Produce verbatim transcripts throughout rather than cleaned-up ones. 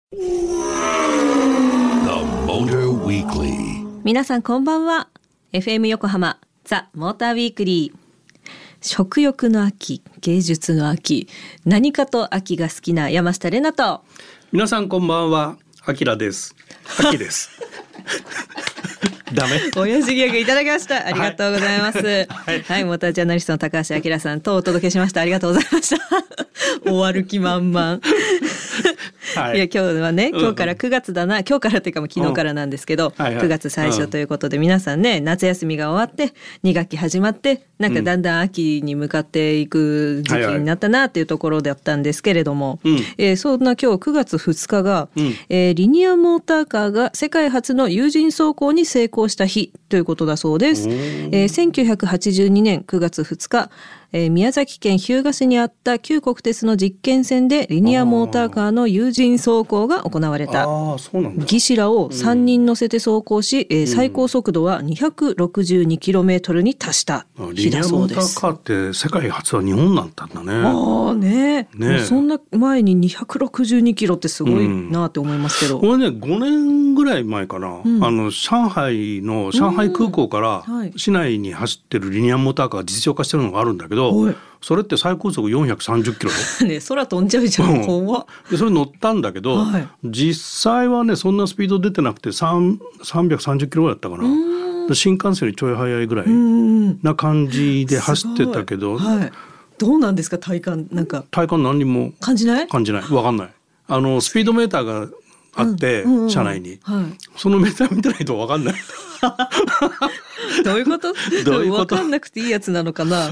皆さんこんばんは。 エフエム 横浜ザ・モーターウィークリー。食欲の秋、芸術の秋、何かと秋が好きな山下玲奈と。 皆さんこんばんは、あきらです。秋ですダメ。 親父ギャグいただきました。ありがとうございます。はい、はいはい、モータージャーナリストの高橋明さんとお届けしました。ありがとうございました終わる気満々はい、いや今日はね、今日からくがつだな、うん、今日からというかもう昨日からなんですけど、うんはいはい、くがつ最初ということで、皆さんね、夏休みが終わってに学期始まってなんかだんだん秋に向かっていく時期になったなっていうところだったんですけれども、はいはい、えー、そんな今日くがつふつかが、うん、えー、リニアモーターカーが世界初の有人走行に成功した日ということだそうです。えー、せんきゅうひゃくはちじゅうにねんくがつふつか、えー、宮崎県日向市にあった旧国鉄の実験線でリニアモーターカーの有人走行が行われた。 あ、そうなんだ。 技師らをさんにん乗せて走行し、うん、えー、最高速度は にひゃくろくじゅうにキロメートル に達した日だそうです。 リニアモーターカーって世界初は日本だったんだね。 ああね、ね、そんな前ににひゃくろくじゅうにキロってすごいなって思いますけど、 うん、これねごねんぐらい前かな、うん、あの上海の上海空港から市内に走ってるリニアモーターカー実用化してるのがあるんだけど、はい、それって最高速よんひゃくさんじゅっキロね、空飛んじゃうじゃん、怖っ。 でそれ乗ったんだけど、はい、実際はねそんなスピード出てなくてさんびゃくさんじゅっキロぐらいだったかな。新幹線よりちょい速いぐらいな感じで走ってたけど、 はい、どうなんですか体感。なんか体感何にも感じない感じない、分かんない。あのスピードメーターがあって、うんうんうん、車内に、はい、そのメーター見てないと分かんないどういうことどういうこと？分かんなくていいやつなのかな、うん、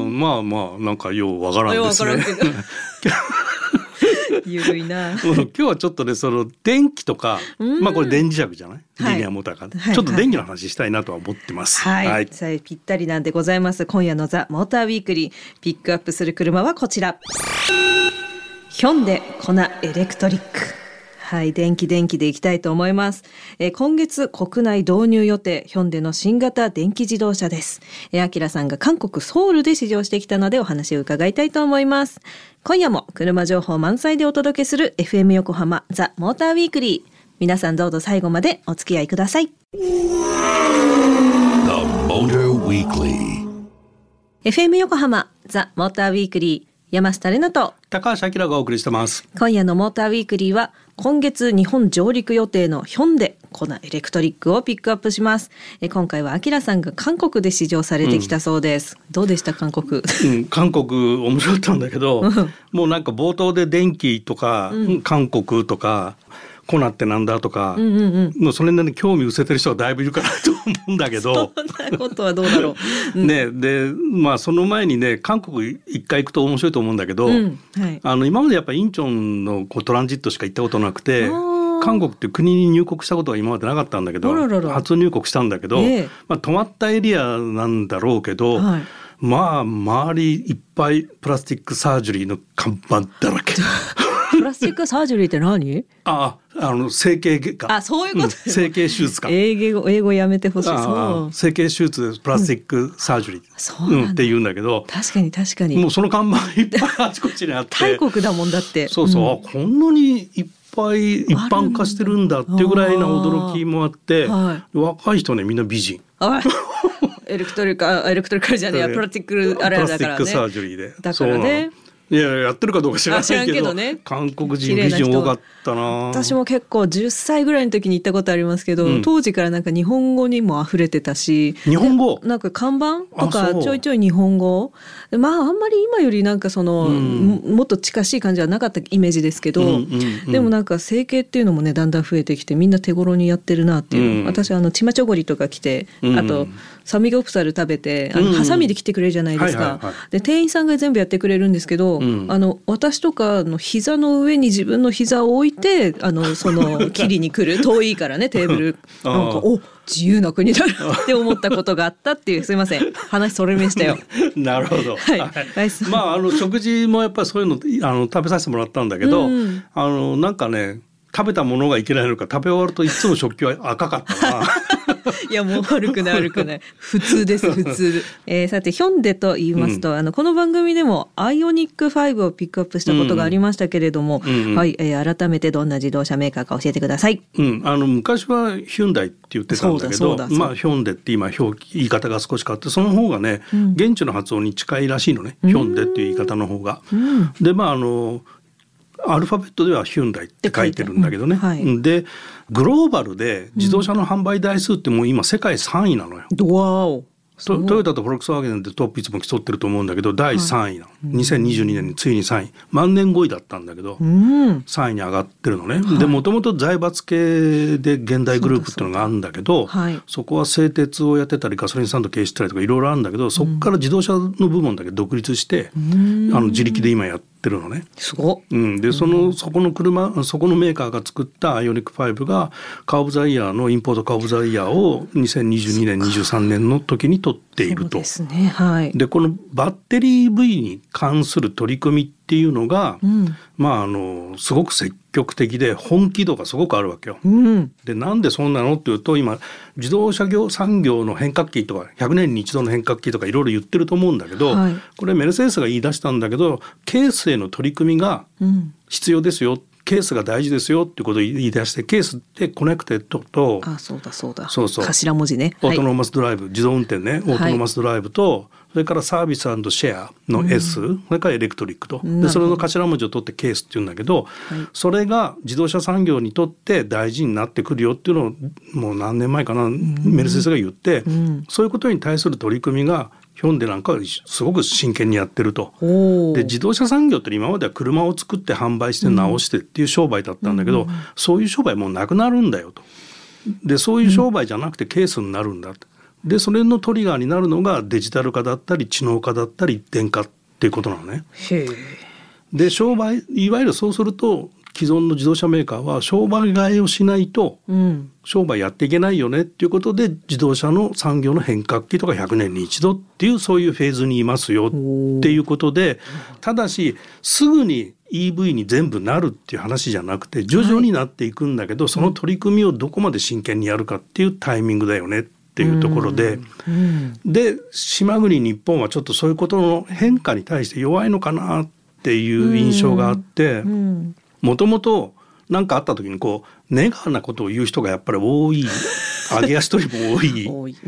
うん、まあまあなんかよう分からんですね。 ゆるいな今日はちょっとねその電気とか、まあこれ電磁石じゃない、はい、リニアモーターカー、はい、ちょっと電気の話したいなとは思ってます。 はい、はいはい、ぴったりなんでございます。今夜のザ・モーターウィークリー、ピックアップする車はこちら、ヒョンデコナエレクトリック。はい、電気電気でいきたいと思います。えー、今月国内導入予定、ヒョンデの新型電気自動車です。えー、アキラさんが韓国ソウルで試乗してきたのでお話を伺いたいと思います。今夜も車情報満載でお届けする エフエム 横浜ザ・モーターウィークリー。皆さんどうぞ最後までお付き合いください。 エフエム 横浜ザ・モーターウィークリー、山下玲奈と高橋明がお送りしてます。 今夜のモーターウィークリーは今月日本上陸予定のヒョンデコナエレクトリックをピックアップします。え今回は明さんが韓国で試乗されてきたそうです、うん、どうでした韓国、 うん、韓国面白かったんだけどもうなんか冒頭で電気とか、うん、韓国とかコナってなんだとか、うんうんうん、それなりに興味失せてる人がだいぶいるかなと思うんだけどそんなことはどうだろう、うん、 ね、でまあその前にね韓国一回行くと面白いと思うんだけど、うんはい、あの今までやっぱりインチョンのこうトランジットしか行ったことなくて、韓国って国に入国したことは今までなかったんだけど、ららら初入国したんだけど、えーまあ、止まったエリアなんだろうけど、はい、まあ周りいっぱいプラスチックサージュリーの看板だらけプラスチックサージュリーって何？ ああ、あの整形外科。 あ、そういうこと、うん、 整形手術か。 英語英語やめてほしい。そう整形手術プラスチックサージュリー、うん、そうなんだ、うん、って言うんだけど、 確かに確かにもうその看板いっぱいあちこちにあって大国だもんだって。 そうそう、うん、こんなにいっぱい一般化してるんだっていうぐらいな驚きもあって、はい、若い人ねみんな美人。 エレクトリカエレクトリカルじゃねえや、プラスチックあれだからね。 プラスチックサージュリーで。 だからね。 いややってるかどうか知らないけ ど, けど、ね、韓国人美人多かったな。 私も結構じゅっさいぐらいの時に行ったことありますけど、うん、当時からなんか日本語にも溢れてたし、 日本語なんか看板とかちょいちょい日本語、まああんまり今よりなんかその、うん、もっと近しい感じはなかったイメージですけど、うんうんうん、でもなんか整形っていうのもねだんだん増えてきてみんな手頃にやってるなっていう、うん、私あのチマチョゴリとか来て、うん、あとサミゴプサル食べてあのハサミで切ってくれるじゃないですか、うんはいはいはい、で店員さんが全部やってくれるんですけど、うん、あの私とかの膝の上に自分の膝を置いてあのその切りに来る遠いからねテーブルなんかお自由な国だなって思ったことがあったっていう。すいません話それましたよなるほど、 はいはい、 まああの食事もやっぱりそういうのあの食べさせてもらったんだけど、うん、あのなんかね食べたものがいけないのか食べ終わるといつも食器は赤かったないやもう悪くない悪くない普通です普通、えー、さてヒョンデと言いますと、うん、あのこの番組でもアイオニックファイブをピックアップしたことがありましたけれども、うんうん、はい、えー、改めてどんな自動車メーカーか教えてください。 うん、あの昔はヒュンダイって言ってたんだけど、まあヒョンデって今表言い方が少し変わってその方がね、うん、現地の発音に近いらしいのね、ヒョンデっていう言い方の方が、うん、でまああのアルファベットではヒュンダイって書いてるんだけどね、うんはい、でグローバルで自動車の販売台数ってもう今世界さんいなのよ、 うん、わおト, トヨタとフォルクスワーゲンでトップいつも競ってると思うんだけどだいさんいなの、はい、にせんにじゅうにねんについにさんい万年ごいだったんだけど、うん、さんいに上がってるのね、はい、でもともと財閥系で現代グループっていうのがあるんだけど そ, そ,、はい、そこは製鉄をやってたりガソリンスタンド経営してたりとかいろいろあるんだけどそこから自動車の部門だけ独立して、うん、あの自力で今やってってるのね。 すご、 うん、でそのそこの車そこのメーカーが作ったアイオニックファイブがカーオブザイヤーのインポートカーオブザイヤーをにせんにじゅうにねんにじゅうさんねんの時に取っていると。 そうですね、はい、 でこのバッテリー イーブイ に関する取り組みっていうのが、うん、まああのすごく積極的で本気度がすごくあるわけよ、うん、でなんでそんなのっていうと今自動車業産業の変革期とかひゃくねんに一度の変革期とかいろいろ言ってると思うんだけど、はい、これメルセデスが言い出したんだけどケースへの取り組みが必要ですよ、うん、ケースが大事ですよっていうことを言い出してケースってコネクテッドとあそうだそうだそうそう頭文字ねオートノーマスドライブ、はい、自動運転ねオートノーマスドライブと、はい、それからサービス&シェアの S、うん、それからエレクトリックとでそれの頭文字を取ってケースっていうんだけど、はい、それが自動車産業にとって大事になってくるよっていうのをもう何年前かな、うん、メルセデスが言って、うん、そういうことに対する取り組みがヒョンデなんかはすごく真剣にやってると。で自動車産業って今までは車を作って販売して直してっていう商売だったんだけど、うん、そういう商売もうなくなるんだよと。でそういう商売じゃなくてケースになるんだと。でそれのトリガーになるのがデジタル化だったり知能化だったり電化っていうことなのね。へー。で商売いわゆるそうすると既存の自動車メーカーは商売替えをしないと商売やっていけないよねっていうことで自動車の産業の変革期とかひゃくねんに一度っていうそういうフェーズにいますよっていうことでただしすぐに イーブイ に全部なるっていう話じゃなくて徐々になっていくんだけど、はい、その取り組みをどこまで真剣にやるかっていうタイミングだよねっていうところで、うん、で島国日本はちょっとそういうことの変化に対して弱いのかなっていう印象があってもともと何かあった時にこうネガーなことを言う人がやっぱり多い揚げ足取りも多い多い、うん、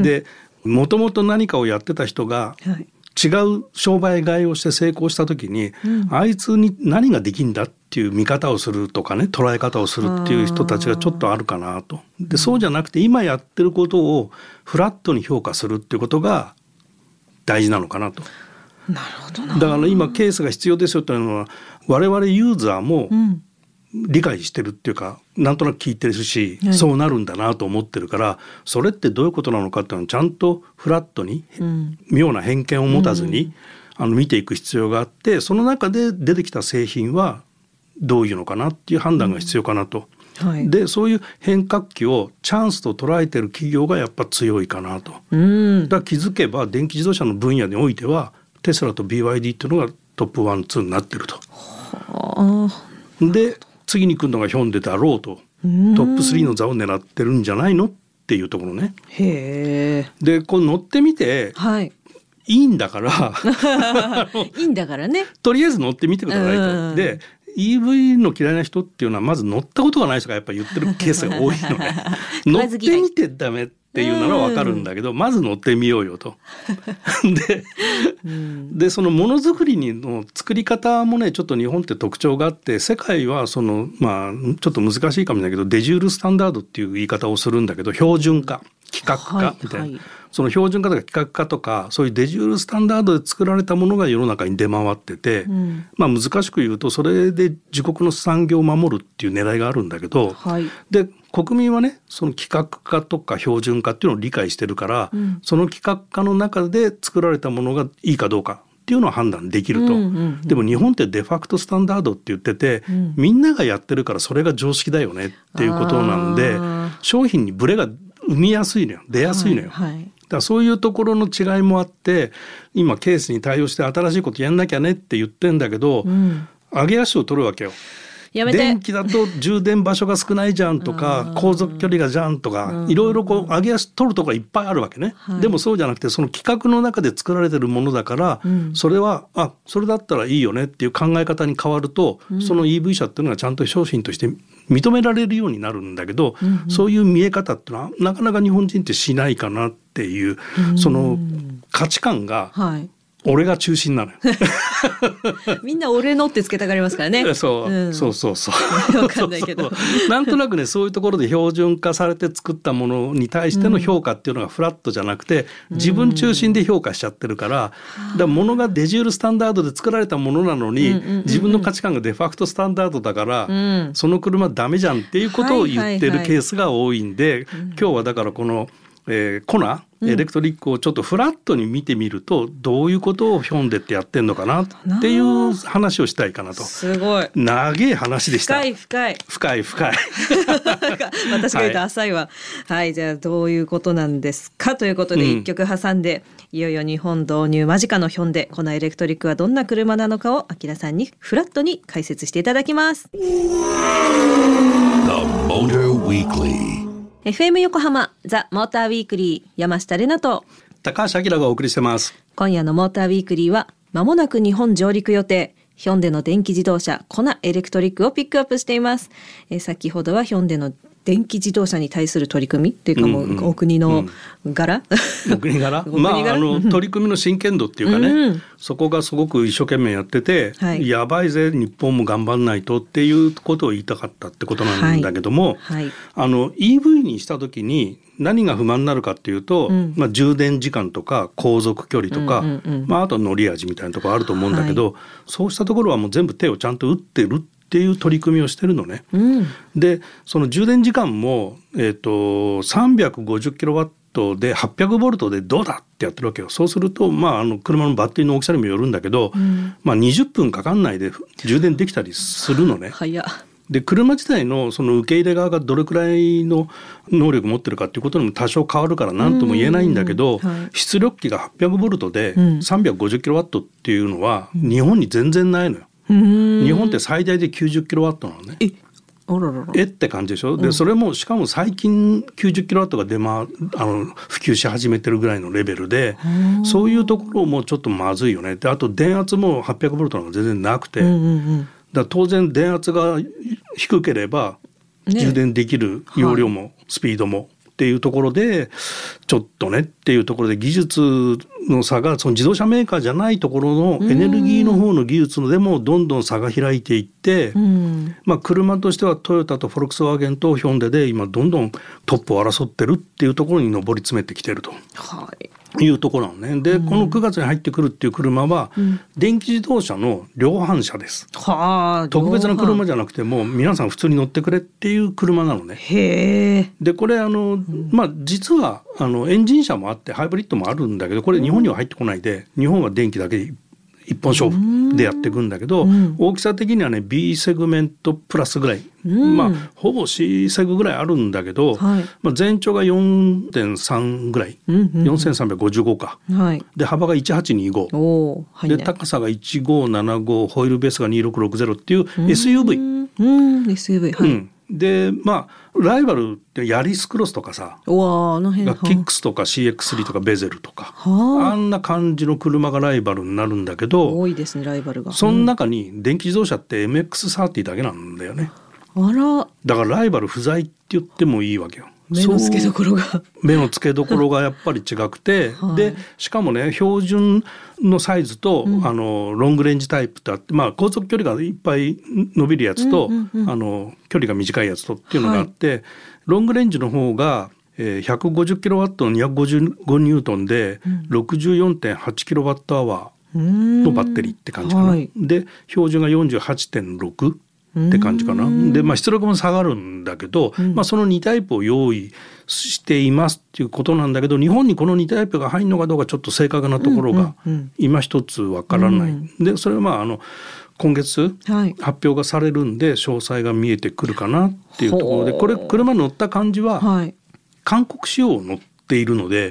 でもともと何かをやってた人が、はい違う商売替えをして成功した時に、うん、あいつに何ができんだっていう見方をするとかね捉え方をするっていう人たちがちょっとあるかなと。でそうじゃなくて今やってることをフラットに評価するっていうことが大事なのかなと。 なるほどな。 だから今ケースが必要ですよというのは我々ユーザーも理解してるっていうかなんとなく聞いてるし、はい、そうなるんだなと思ってるからそれってどういうことなのかっていうのをちゃんとフラットに、うん、妙な偏見を持たずに、うん、あの見ていく必要があってその中で出てきた製品はどういうのかなっていう判断が必要かなと、うんはい、でそういう変革期をチャンスと捉えてる企業がやっぱ強いかなと、うん、だから気づけば電気自動車の分野においてはテスラと ビーワイディー っていうのがトップワンツーになってると。はあ、で次に来るのがヒョンデだろうとトップスリーの座を狙ってるんじゃないのっていうところね。 へー。 でこう乗ってみて、はい、いいんだからいいんだからねとりあえず乗ってみてくださいと。で イーブイ の嫌いな人っていうのはまず乗ったことがない人がやっぱり言ってるケースが多いのね乗ってみてダメっていうなら分かるんだけどまず乗ってみようよとで, でそのものづくりの作り方もねちょっと日本って特徴があって世界はそのまあちょっと難しいかもしれないけどデジュールスタンダードっていう言い方をするんだけど標準化規格化みたいな、はいはい、その標準化とか規格化とかそういうデジュールスタンダードで作られたものが世の中に出回ってて、うん、まあ難しく言うとそれで自国の産業を守るっていう狙いがあるんだけど、はい、で国民はねその規格化とか標準化っていうのを理解してるから、うん、その規格化の中で作られたものがいいかどうかっていうのを判断できると、うんうんうん、でも日本ってデファクトスタンダードって言ってて、うん、みんながやってるからそれが常識だよねっていうことなんで商品にブレが生みやすいのよ出やすいのよ、はいはい、だからそういうところの違いもあって今ケースに対応して新しいことやんなきゃねって言ってんだけど、うん、上げ足を取るわけよ。 やめて電気だと充電場所が少ないじゃんとか航続距離がじゃんとかいろいろこう上げ足取るところがいっぱいあるわけね、はい、でもそうじゃなくてその規格の中で作られてるものだから、うん、それはあそれだったらいいよねっていう考え方に変わると、うん、その イーブイ 車っていうのがちゃんと商品として認められるようになるんだけど、うんうん、そういう見え方っていうのはなかなか日本人ってしないかなっていう、うん、その価値観が、はい俺が中心なのよみんな俺のってつけたがりますからねそう、うん、そうそうそうわかんないけどそうそうなんとなくねそういうところで標準化されて作ったものに対しての評価っていうのがフラットじゃなくて、うん、自分中心で評価しちゃってるから、うん、だから物がデジュールスタンダードで作られたものなのに、うんうんうんうん、自分の価値観がデファクトスタンダードだから、うん、その車ダメじゃんっていうことを言ってるケースが多いんで、はいはいはい、今日はだからこのえー、コナエレクトリックをちょっとフラットに見てみると、うん、どういうことをヒョンデってやってんのかなっていう話をしたいかなと。 すごい長い話でした。 深い深い深い深い私が言うと浅いわ、はい、はい、じゃあどういうことなんですかということで一曲挟んで、うん、いよいよ日本導入間近のヒョンデコナエレクトリックはどんな車なのかを明さんにフラットに解説していただきます。 The Motor Weeklyエフエム 横浜ザ・モーターウィークリー山下玲奈と高橋明がお送りしてます。 今夜のモーターウィークリーは間もなく日本上陸予定ヒョンデの電気自動車コナエレクトリックをピックアップしています。えー、先ほどはヒョンデの電気自動車に対する取り組みっていうかもう、うんうん、お国の柄、 うん、お国柄まああの取り組みの真剣度っていうかね、うん、そこがすごく一生懸命やってて、はい、やばいぜ日本も頑張んないとっていうことを言いたかったってことなんだけども、はいはい、あの イーブイ にした時に何が不満になるかっていうと、うん、まあ、充電時間とか航続距離とか、うんうんうん、まあ、あと乗り味みたいなところあると思うんだけど、はい、そうしたところはもう全部手をちゃんと打ってるっていう取り組みをしてるのね、うん、でその充電時間も、えーと、さんびゃくごじゅっキロワットではっぴゃくボルトでどうだってやってるわけよ。そうすると、まあ、あの車のバッテリーの大きさにもよるんだけど、うん、まあ、にじゅっぷんかかんないで充電できたりするのね。 早っ。 で車自体のその受け入れ側がどれくらいの能力を持ってるかっていうことにも多少変わるから何とも言えないんだけど、はい、出力機がはっぴゃくボルトでさんびゃくごじゅっキロワットっていうのは日本に全然ないのよ。日本って最大できゅうじゅっキロワットなのね。 えあらららえって感じでしょ、うん、でそれもしかも最近きゅうじゅっキロワットが出、ま、あの普及し始めてるぐらいのレベルで、そういうところもちょっとまずいよね。であと電圧もはっぴゃくボルトなんか全然なくて、うんうんうん、だ当然電圧が低ければ充電できる容量もスピードもっていうところでちょっとねっていうところで技術の差がその自動車メーカーじゃないところのエネルギーの方の技術でもどんどん差が開いていって、まあ、車としてはトヨタとフォルクスワーゲンとヒョンデで今どんどんトップを争ってるっていうところに上り詰めてきてると。はいいうところなのね。で、うん、このくがつに入ってくるっていう車は、うん、電気自動車の量販車です。はあ、特別な車じゃなくても皆さん普通に乗ってくれっていう車なのね。 へー。 でこれあの、うん、まあ実はあのエンジン車もあってハイブリッドもあるんだけどこれ日本には入ってこないで、うん、日本は電気だけで一本勝負でやっていくんだけど、うん、大きさ的にはね B セグメントプラスぐらい、うん、まあほぼ C セグぐらいあるんだけど、はい、まあ、全長が よんてんさん ぐらい、うんうんうん、よんせんさんびゃくごじゅうごか、はい、で幅がいちはちにご、はいね、で高さがいちごななごホイールベースがにろくろくゼロっていう エスユーブイ、 うんうん、エスユーブイ、はい、うん、 でまあライバルってヤリスクロスとかさ、 うわあの辺キックスとか シーエックススリー とかベゼルとか、あんな感じの車がライバルになるんだけど、 多いですねライバルが。 その中に電気自動車って エムエックスサーティー だけなんだよね。 あら、だからライバル不在って言ってもいいわけよ。 目の付けどころが目の付けどころがやっぱり違くて、はい、でしかもね標準のサイズと、うん、あのロングレンジタイプってあって、まあ、高速距離がいっぱい伸びるやつと、うんうんうん、あの距離が短いやつとっていうのがあって、はい、ロングレンジの方が、えー、ひゃくごじゅっキロワットのにひゃくごじゅうごニュートンで、うん、ろくじゅうよんてんはちキロワットアワーのバッテリーって感じかな、はい、で標準が よんじゅうはちてんろくって感じかな。で、まあ、出力も下がるんだけど、うん、まあ、そのにタイプを用意していますっていうことなんだけど、日本にこのにタイプが入るのかどうかちょっと正確なところが今一つわからない、うんうん、でそれはまああの今月発表がされるんで詳細が見えてくるかなっていうところで、これ車乗った感じは韓国仕様を乗っているので、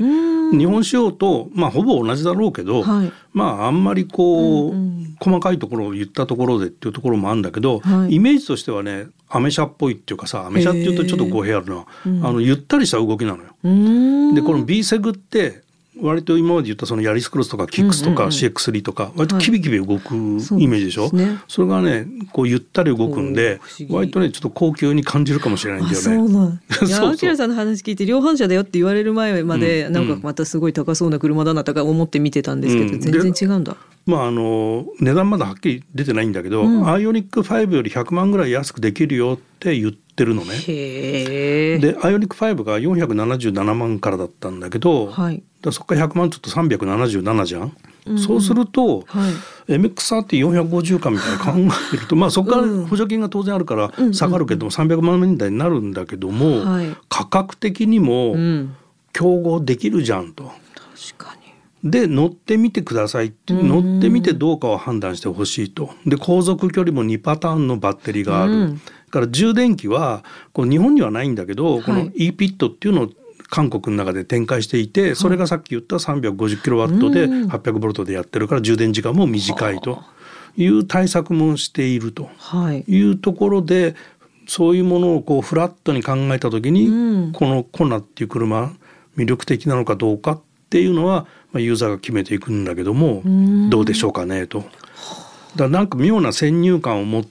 日本仕様と、まあ、ほぼ同じだろうけど、はい、まああんまりこう、うんうん、細かいところを言ったところでっていうところもあるんだけど、はい、イメージとしてはねアメ車っぽいっていうかさ、アメ車っていうとちょっと語弊あるな、うん、あのゆったりした動きなのよ。でこの B セグって割と今まで言ったそのヤリスクロスとかキックスとか シーエックススリー とか割とキビキビ動くイメージでしょ、はい、 そ, ね、それがねこうゆったり動くんで割とねちょっと高級に感じるかもしれないんだよね。 そうなんいやアキラさんの話聞いて量販車だよって言われる前まで、うん、なんかまたすごい高そうな車だなとか思って見てたんですけど、うん、全然違うんだ。 まあ、あの値段まだはっきり出てないんだけど、うん、アイオニックファイブよりひゃくまんぐらい安くできるよって言ってるのね。へー。でアイオニックファイブがよんひゃくななじゅうななまんからだったんだけど、はい、だそこからひゃくまんちょっとさんびゃくななじゅうななじゃん、うん、そうすると、はい、エムエックスサーティーよんひゃくごじゅう かみたいな考えるとまあそこから補助金が当然あるから下がるけどもさんびゃくまんえん台になるんだけども、はい、価格的にも競合できるじゃんと。 確かに。 で乗ってみてくださいって、乗ってみてどうかを判断してほしいと。で航続距離もにパターンのバッテリーがある、うん、から充電器はこう日本にはないんだけど、はい、この イーピット っていうのを韓国の中で展開していて、それがさっき言ったさんびゃくごじゅっキロワットではっぴゃくボルトでやってるから充電時間も短いという対策もしているというところで、そういうものをこうフラットに考えた時にこのコナっていう車魅力的なのかどうかっていうのはユーザーが決めていくんだけども、どうでしょうかねと。だからなんか妙な先入観を持って、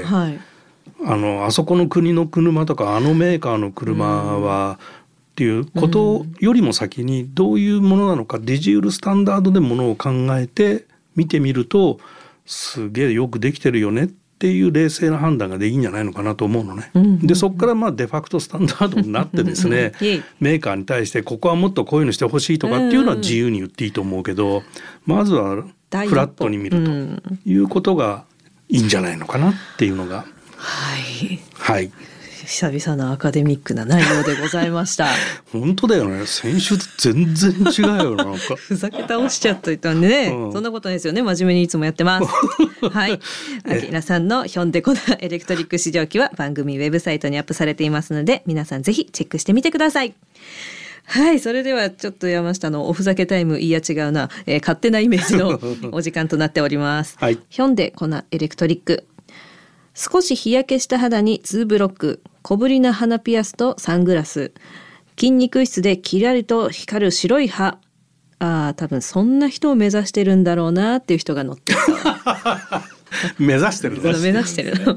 はい、あのあそこの国の車とかあのメーカーの車はっていうことよりも先にどういうものなのか、ディジウルスタンダードでものを考えて見てみるとすげえよくできてるよねっていう冷静な判断ができるんじゃないのかなと思うのね、うんうんうん、でそこからまあデファクトスタンダードになってですねメーカーに対してここはもっとこういうのしてほしいとかっていうのは自由に言っていいと思うけど、まずはフラットに見るということがいいんじゃないのかなっていうのが、 はいはい、 久々のアカデミックな内容でございました本当だよね、先週と全然違うよなんかふざけ倒しちゃっといたんでね、うん、そんなことないですよね、真面目にいつもやってますはい、アキラさんのヒョンデコなエレクトリック試乗機は番組ウェブサイトにアップされていますので皆さんぜひチェックしてみてください。はい、それではちょっと山下のおふざけタイムいや違うな、えー、勝手なイメージのお時間となっております、はい、ヒョンデコなエレクトリック、少し日焼けした肌にツーブロック、小ぶりな鼻ピアスとサングラス、筋肉質でキラリと光る白い歯。ああ、多分そんな人を目指してるんだろうなっていう人が乗ってる目指してるの目指してるの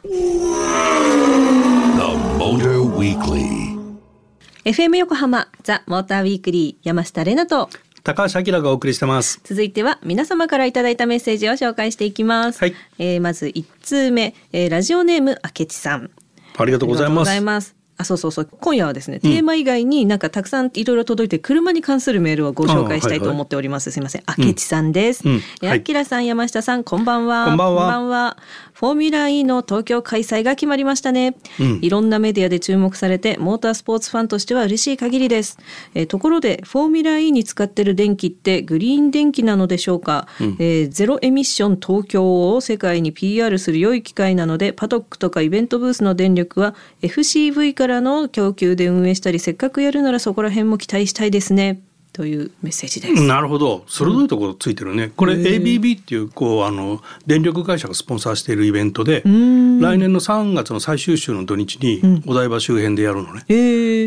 エフエム 横浜ザ・モーターウィークリー、山下れなと高橋明がお送りしてます。 続いては皆様からいただいたメッセージを紹介していきます、はい、えー、まずいち通目、えー、ラジオネームあけちさん、 ありがとうございます。 あ、そうそうそう、今夜はですね、うん、テーマ以外になんかたくさんいろいろ届いて車に関するメールをご紹介したいと思っております、はいはい、すいません、あけちさんです、うんうん、あきらさん、山下さん、こんばんは。 こんばんは。 こんばんは。フォーミュラー E の東京開催が決まりましたね、うん、いろんなメディアで注目されてモータースポーツファンとしては嬉しい限りです、えー、ところでフォーミュラー E に使っている電気ってグリーン電気なのでしょうか、うん、えー、ゼロエミッション東京を世界に ピーアール する良い機会なので、パドックとかイベントブースの電力は エフシーブイ からの供給で運営したり、せっかくやるならそこら辺も期待したいですねというメッセージです。 なるほど、鋭いところついてるね、うん、これ エービービー っていうこうあの電力会社がスポンサーしているイベントで、来年のさんがつの最終週の土日にお台場周辺でやるのね、うん、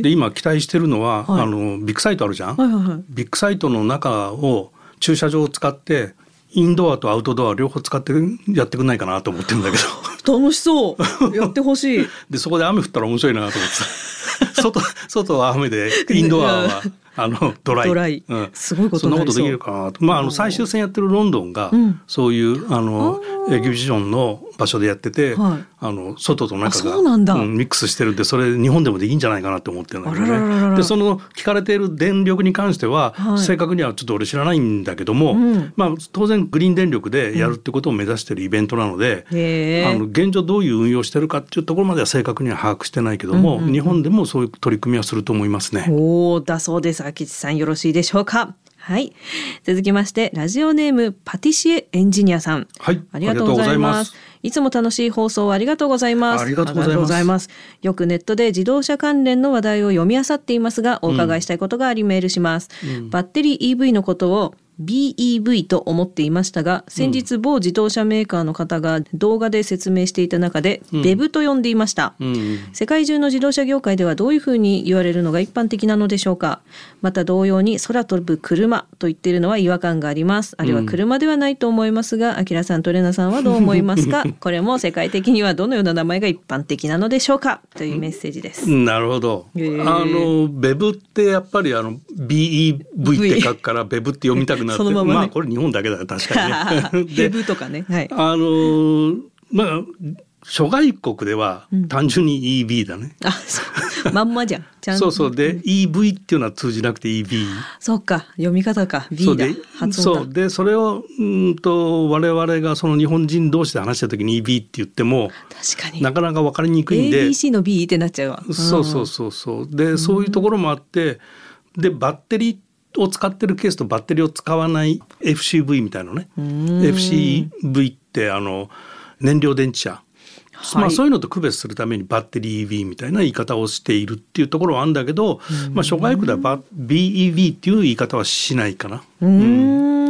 で今期待してるのは、はい、あのビッグサイトあるじゃん、はいはいはい、ビッグサイトの中を駐車場を使ってインドアとアウトドア両方使ってやってくんないかなと思ってるんだけど楽しそうやってほしいでそこで雨降ったら面白いなと思って外, 外は雨でインドアはあのドライ、 ドライ、うん、すごいことになりそう。 そんなことできるかなと、まあ、あの最終戦やってるロンドンが、うん、そういうあのエキビジョンの場所でやってて、はい、あの外と中が、うん、ミックスしてるんで、それ日本でもできんじゃないかなと思ってるんだけどね。あらららら。でその聞かれている電力に関しては、はい、正確にはちょっと俺知らないんだけども、うん、まあ、当然グリーン電力でやるってことを目指しているイベントなので、うん、あの現状どういう運用してるかっていうところまでは正確には把握してないけども、うんうんうん、日本でもそういう取り組みはすると思いますね。 おー、だそうです。秋地さん、よろしいでしょうか。 はい、続きましてラジオネームパティシエエンジニアさん、 はい、 ありがとうございます。いつも楽しい放送ありがとうございます。 ありがとうございます。 よくネットで自動車関連の話題を読み漁っていますが、お伺いしたいことがありメールします、うん、バッテリー イーブイ のことをビーイーブイ と思っていましたが、先日某自動車メーカーの方が動画で説明していた中で、うん、ベブ と呼んでいました、うん、世界中の自動車業界ではどういうふうに言われるのが一般的なのでしょうか。また同様に空飛ぶ車と言っているのは違和感があります。あれは車ではないと思いますが、あきらさんとれなさんはどう思いますかこれも世界的にはどのような名前が一般的なのでしょうか、というメッセージです。 なるほど、えー、あのベブってやっぱりあの ビーイーブイ って書くからベブって読みたくなってそのままね、まあこれ日本だけだよ確かにねベブとかね、はい、 あのまあ諸外国では単純に イービー だね、 うん、あそうまんまじゃんちゃんそうそうで、うん、イーブイ っていうのは通じなくて イービーそうか読み方か B だ発音だそうでそれをうんと我々がその日本人同士で話した時に イービー って言っても確かになかなか分かりにくいんでエービーシー の B ってなっちゃうわ、 うん、そうそうそうそうでそういうところもあってでバッテリーを使ってるケースとバッテリーを使わない エフシーブイ みたいなね エフシーブイ ってあの燃料電池車、はいまあ、そういうのと区別するためにバッテリー イービー みたいな言い方をしているっていうところはあるんだけど、まあ、諸外国では ビーイービー っていう言い方はしないかな。うん、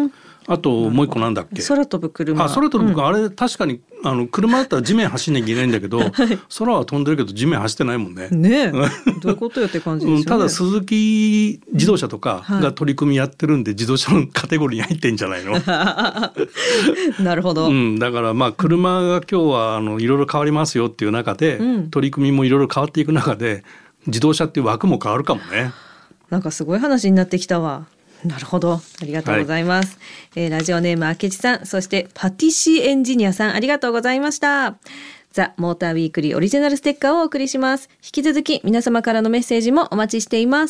あともう一個なんだっけ空飛ぶ車。 あ空飛ぶ車、うん、あれ確かにあの車だったら地面走んなきゃいけないんだけど、はい、空は飛んでるけど地面走ってないもんね。 ねえどういうことよって感じですよね。 ただ鈴木自動車とかが取り組みやってるんで、はい、自動車のカテゴリーに入ってんじゃないのなるほど、 うん、だからまあ車が今日はあのいろいろ変わりますよっていう中で、うん、取り組みもいろいろ変わっていく中で自動車っていう枠も変わるかもね。 なんかすごい話になってきたわ。なるほど、ありがとうございます、はいえー、ラジオネームあけちさん、そしてパティシエエンジニアさん、ありがとうございました。ザ・モーターウィークリーオリジナルステッカーをお送りします。引き続き皆様からのメッセージもお待ちしています。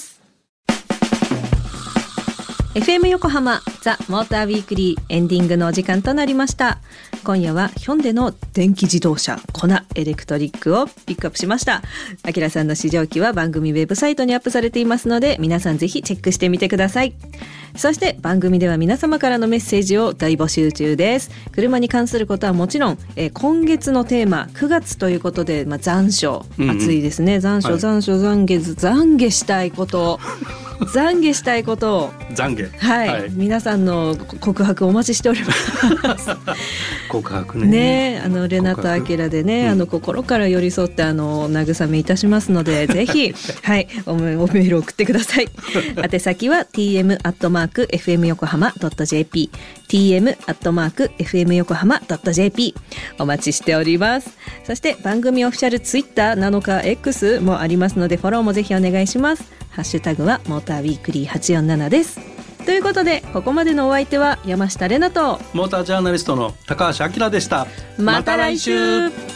エフエム 横浜ザ・モーターウィークリーエンディングのお時間となりました。今夜はヒョンデの電気自動車コナエレクトリックをピックアップしました。あきらさんの試乗機は番組ウェブサイトにアップされていますので、皆さんぜひチェックしてみてください。そして番組では皆様からのメッセージを大募集中です。車に関することはもちろん、えー、今月のテーマくがつということで、まあ、残暑、うんうん、暑いですね。残暑、はい、残暑懺悔懺悔したいこと懺悔したいことを懺悔、 はい、はい、皆さんの告白お待ちしております告白ね。 ね、あのレナとアキラでね、うん、あの心から寄り添ってあの慰めいたしますのでぜひはいおメールを送ってください宛先は ティーエム アットマーク エフエム 横浜 ドット ジェーピー ティーエム アットマーク エフエム 横浜 ドット ジェーピー お待ちしております。そして番組オフィシャルツイッターなのか X もありますのでフォローもぜひお願いします。ハッシュタグはモーターウィークリーはちよんななです。ということでここまでのお相手は山下れなとモータージャーナリストの高橋明でした。 また来週。